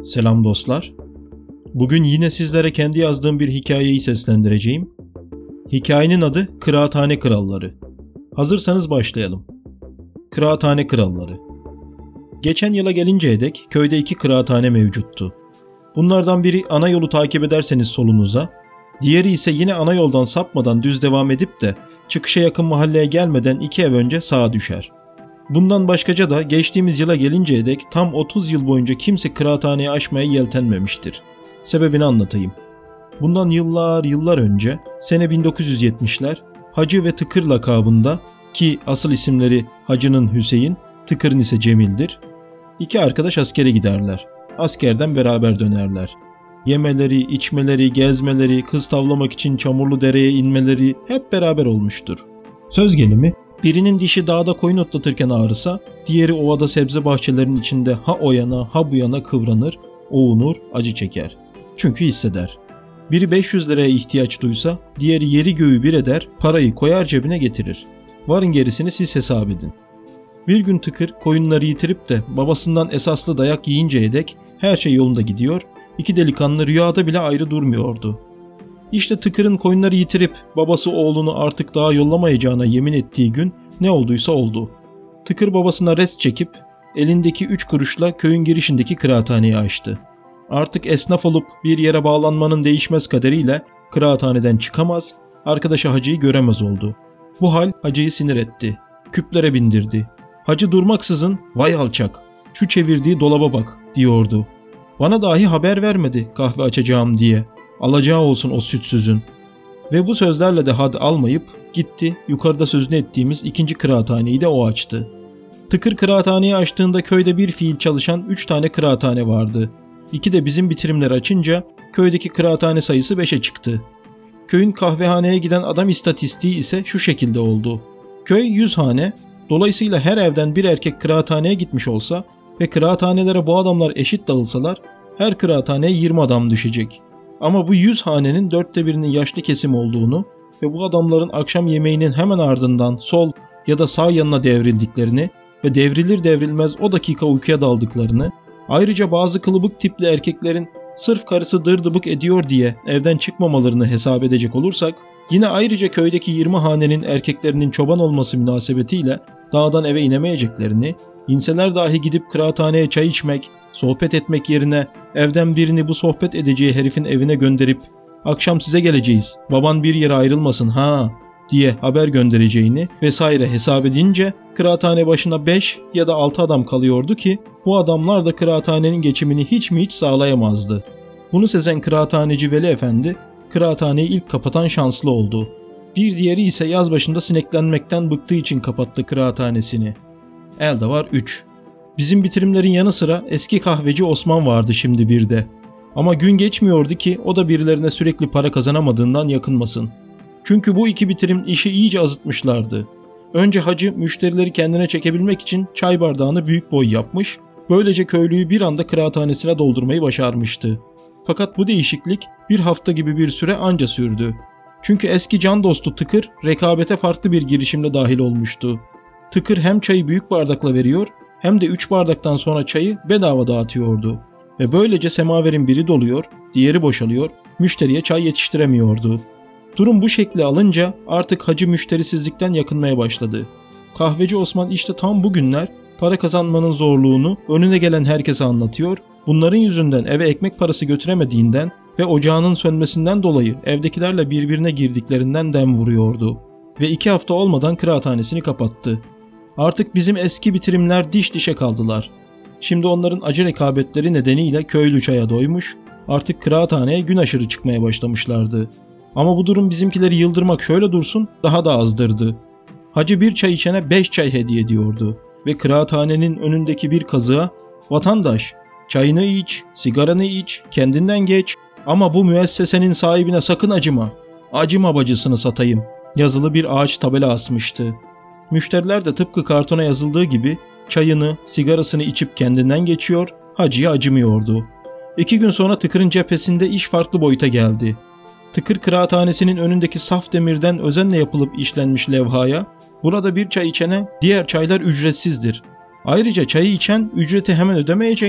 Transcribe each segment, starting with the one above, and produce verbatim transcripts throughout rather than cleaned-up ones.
Selam dostlar. Bugün yine sizlere kendi yazdığım bir hikayeyi seslendireceğim. Hikayenin adı Kıraathane Kralları. Hazırsanız başlayalım. Kıraathane Kralları. Geçen yıla gelinceye dek köyde iki kıraathane mevcuttu. Bunlardan biri ana yolu takip ederseniz solunuza, diğeri ise yine ana yoldan sapmadan düz devam edip de çıkışa yakın mahalleye gelmeden iki ev önce sağa düşer. Bundan başkaca da geçtiğimiz yıla gelinceye dek tam otuz yıl boyunca kimse kıraathaneyi aşmaya yeltenmemiştir. Sebebini anlatayım. Bundan yıllar yıllar önce, sene bin dokuz yüz yetmişler, Hacı ve Tıkır lakabında, ki asıl isimleri Hacı'nın Hüseyin, Tıkır'ın ise Cemil'dir, iki arkadaş askere giderler. Askerden beraber dönerler. Yemeleri, içmeleri, gezmeleri, kız tavlamak için çamurlu dereye inmeleri hep beraber olmuştur. Söz gelimi, birinin dişi dağda koyun otlatırken ağrısa, diğeri ovada sebze bahçelerinin içinde ha o yana ha bu yana kıvranır, oğunur, acı çeker. Çünkü hisseder. Biri beş yüz liraya ihtiyaç duysa, diğeri yeri göğü bir eder, parayı koyar cebine getirir. Varın gerisini siz hesap edin. Bir gün Tıkır koyunları yitirip de babasından esaslı dayak yiyinceye dek her şey yolunda gidiyor, iki delikanlı rüyada bile ayrı durmuyordu. İşte Tıkır'ın koyunları yitirip babası oğlunu artık daha yollamayacağına yemin ettiği gün ne olduysa oldu. Tıkır babasına rest çekip elindeki üç kuruşla köyün girişindeki kıraathaneyi açtı. Artık esnaf olup bir yere bağlanmanın değişmez kaderiyle kıraathaneden çıkamaz, arkadaşı Hacı'yı göremez oldu. Bu hal Hacı'yı sinir etti. Küplere bindirdi. Hacı durmaksızın "Vay alçak, şu çevirdiği dolaba bak" diyordu. "Bana dahi haber vermedi kahve açacağım diye. Alacağı olsun o sütsüzün." Ve bu sözlerle de had almayıp gitti, yukarıda sözünü ettiğimiz ikinci kıraathaneyi de o açtı. Tıkır kıraathaneyi açtığında köyde bir fiil çalışan üç tane kıraathane vardı. İki de bizim bitirimleri açınca köydeki kıraathane sayısı beşe çıktı. Köyün kahvehaneye giden adam istatistiği ise şu şekilde oldu. Köy yüz hane, dolayısıyla her evden bir erkek kıraathaneye gitmiş olsa ve kıraathanelere bu adamlar eşit dağılsalar her kıraathaneye yirmi adam düşecek. Ama bu yüz hanenin dörtte birinin yaşlı kesim olduğunu ve bu adamların akşam yemeğinin hemen ardından sol ya da sağ yanına devrildiklerini ve devrilir devrilmez o dakika uykuya daldıklarını, ayrıca bazı kılıbık tipli erkeklerin sırf karısı dırdıbık ediyor diye evden çıkmamalarını hesap edecek olursak, yine ayrıca köydeki yirmi hanenin erkeklerinin çoban olması münasebetiyle dağdan eve inemeyeceklerini, inseler dahi gidip kıraathaneye çay içmek, sohbet etmek yerine evden birini bu sohbet edeceği herifin evine gönderip "Akşam size geleceğiz, baban bir yere ayrılmasın ha" diye haber göndereceğini vesaire hesap edince kıraathane başına beş ya da altı adam kalıyordu ki bu adamlar da kıraathanenin geçimini hiç mi hiç sağlayamazdı. Bunu sezen kıraathaneci Veli Efendi kıraathaneyi ilk kapatan şanslı oldu. Bir diğeri ise yaz başında sineklenmekten bıktığı için kapattı kıraathanesini. Elde var üç. Bizim bitirimlerin yanı sıra eski kahveci Osman vardı şimdi bir de. Ama gün geçmiyordu ki o da birilerine sürekli para kazanamadığından yakınmasın. Çünkü bu iki bitirim işi iyice azıtmışlardı. Önce Hacı müşterileri kendine çekebilmek için çay bardağını büyük boy yapmış, böylece köylüyü bir anda kıraathanesine doldurmayı başarmıştı. Fakat bu değişiklik bir hafta gibi bir süre anca sürdü. Çünkü eski can dostu Tıkır rekabete farklı bir girişimle dahil olmuştu. Tıkır hem çayı büyük bardakla veriyor hem de üç bardaktan sonra çayı bedava dağıtıyordu. Ve böylece semaverin biri doluyor, diğeri boşalıyor, müşteriye çay yetiştiremiyordu. Durum bu şekli alınca artık Hacı müşterisizlikten yakınmaya başladı. Kahveci Osman işte tam bu günler para kazanmanın zorluğunu önüne gelen herkese anlatıyor, bunların yüzünden eve ekmek parası götüremediğinden ve ocağının sönmesinden dolayı evdekilerle birbirine girdiklerinden dem vuruyordu. Ve iki hafta olmadan kıraathanesini kapattı. Artık bizim eski bitirimler diş dişe kaldılar. Şimdi onların acı rekabetleri nedeniyle köylü çaya doymuş, artık kıraathaneye gün aşırı çıkmaya başlamışlardı. Ama bu durum bizimkileri yıldırmak şöyle dursun daha da azdırdı. Hacı bir çay içene beş çay hediye ediyordu ve kıraathanenin önündeki bir kazığa "Vatandaş, çayını iç, sigaranı iç, kendinden geç ama bu müessesenin sahibine sakın acıma, acıma bacısını satayım" yazılı bir ağaç tabela asmıştı. Müşteriler de tıpkı kartona yazıldığı gibi çayını, sigarasını içip kendinden geçiyor, Hacı'ya acımıyordu. İki gün sonra Tıkır'ın cephesinde iş farklı boyuta geldi. Tıkır kıraathanesinin önündeki saf demirden özenle yapılıp işlenmiş levhaya, burada bir çay içene diğer çaylar ücretsizdir. Ayrıca çayı içen ücreti hemen ödemeyecek,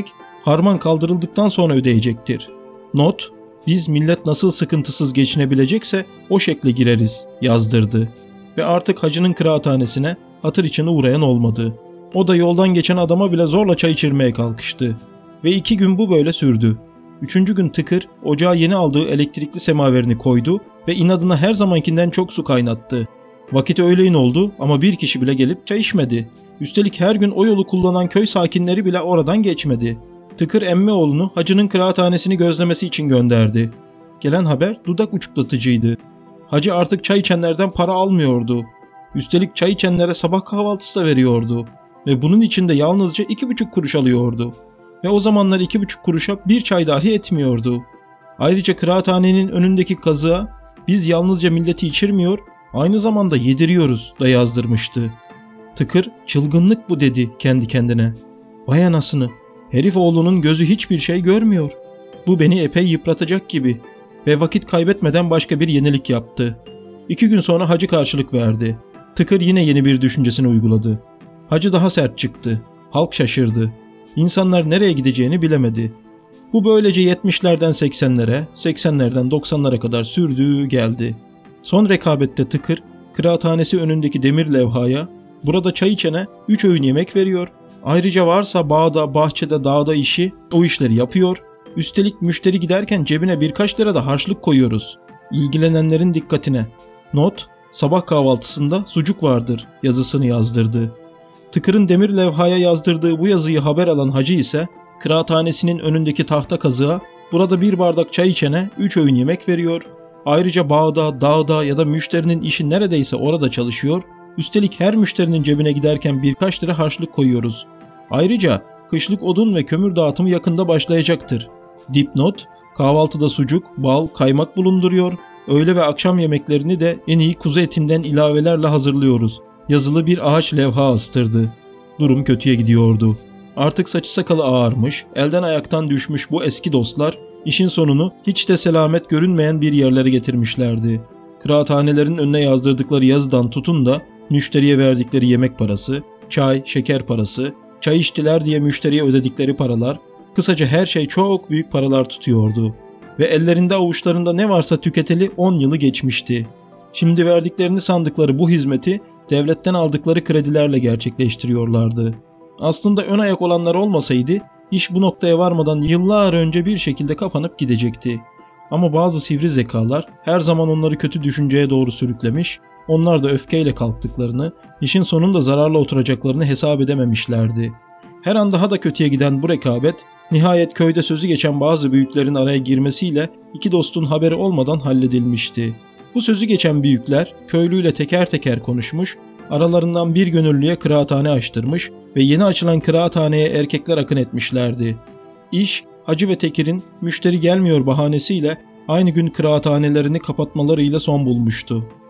Harman kaldırıldıktan sonra ödeyecektir. Not, biz millet nasıl sıkıntısız geçinebilecekse o şekle gireriz yazdırdı. Ve artık hacının kıraathanesine hatır için uğrayan olmadı. O da yoldan geçen adama bile zorla çay içirmeye kalkıştı. Ve iki gün bu böyle sürdü. Üçüncü gün Tıkır ocağa yeni aldığı elektrikli semaverini koydu ve inadına her zamankinden çok su kaynattı. Vakit öğleyin oldu ama bir kişi bile gelip çay içmedi. Üstelik her gün o yolu kullanan köy sakinleri bile oradan geçmedi. Tıkır emmioğlunu hacının kıraathanesini gözlemesi için gönderdi. Gelen haber dudak uçuklatıcıydı. Hacı artık çay içenlerden para almıyordu. Üstelik çay içenlere sabah kahvaltısı da veriyordu. Ve bunun için de yalnızca iki buçuk kuruş alıyordu. Ve o zamanlar iki buçuk kuruşa bir çay dahi etmiyordu. Ayrıca kıraathanenin önündeki kazığa biz yalnızca milleti içirmiyor, aynı zamanda yediriyoruz da yazdırmıştı. Tıkır çılgınlık bu dedi kendi kendine. Vay anasını, herif oğlunun gözü hiçbir şey görmüyor. Bu beni epey yıpratacak gibi. Ve vakit kaybetmeden başka bir yenilik yaptı. İki gün sonra hacı karşılık verdi. Tıkır yine yeni bir düşüncesini uyguladı. Hacı daha sert çıktı. Halk şaşırdı. İnsanlar nereye gideceğini bilemedi. Bu böylece yetmişlerden seksenlere, seksenlerden doksanlara kadar sürdü geldi. Son rekabette Tıkır, kıraathanesi önündeki demir levhaya, burada çay içene üç öğün yemek veriyor. Ayrıca varsa bağda, bahçede, dağda işi, o işleri yapıyor. Üstelik müşteri giderken cebine birkaç lira da harçlık koyuyoruz. İlgilenenlerin dikkatine. Not, sabah kahvaltısında sucuk vardır yazısını yazdırdı. Tıkır'ın demir levhaya yazdırdığı bu yazıyı haber alan hacı ise kıraathanesinin önündeki tahta kazığa burada bir bardak çay içene üç öğün yemek veriyor. Ayrıca bağda, dağda ya da müşterinin işi neredeyse orada çalışıyor. Üstelik her müşterinin cebine giderken birkaç lira harçlık koyuyoruz. Ayrıca kışlık odun ve kömür dağıtımı yakında başlayacaktır. Dipnot, kahvaltıda sucuk, bal, kaymak bulunduruyor. Öğle ve akşam yemeklerini de en iyi kuzu etinden ilavelerle hazırlıyoruz. Yazılı bir ağaç levha astırdı. Durum kötüye gidiyordu. Artık saçı sakalı ağarmış, elden ayaktan düşmüş bu eski dostlar işin sonunu hiç de selamet görünmeyen bir yerlere getirmişlerdi. Kıraathanelerin önüne yazdırdıkları yazıdan tutun da müşteriye verdikleri yemek parası, çay, şeker parası, çay içtiler diye müşteriye ödedikleri paralar, kısaca her şey çok büyük paralar tutuyordu. Ve ellerinde avuçlarında ne varsa tüketeli on yılı geçmişti. Şimdi verdiklerini sandıkları bu hizmeti devletten aldıkları kredilerle gerçekleştiriyorlardı. Aslında ön ayak olanlar olmasaydı iş bu noktaya varmadan yıllar önce bir şekilde kapanıp gidecekti. Ama bazı sivri zekalar her zaman onları kötü düşünceye doğru sürüklemiş, onlar da öfkeyle kalktıklarını, işin sonunda zararla oturacaklarını hesap edememişlerdi. Her an daha da kötüye giden bu rekabet, nihayet köyde sözü geçen bazı büyüklerin araya girmesiyle iki dostun haberi olmadan halledilmişti. Bu sözü geçen büyükler köylüyle teker teker konuşmuş, aralarından bir gönüllüye kıraathane açtırmış ve yeni açılan kıraathaneye erkekler akın etmişlerdi. İş, Hacı ve Tekir'in müşteri gelmiyor bahanesiyle aynı gün kıraathanelerini kapatmalarıyla son bulmuştu.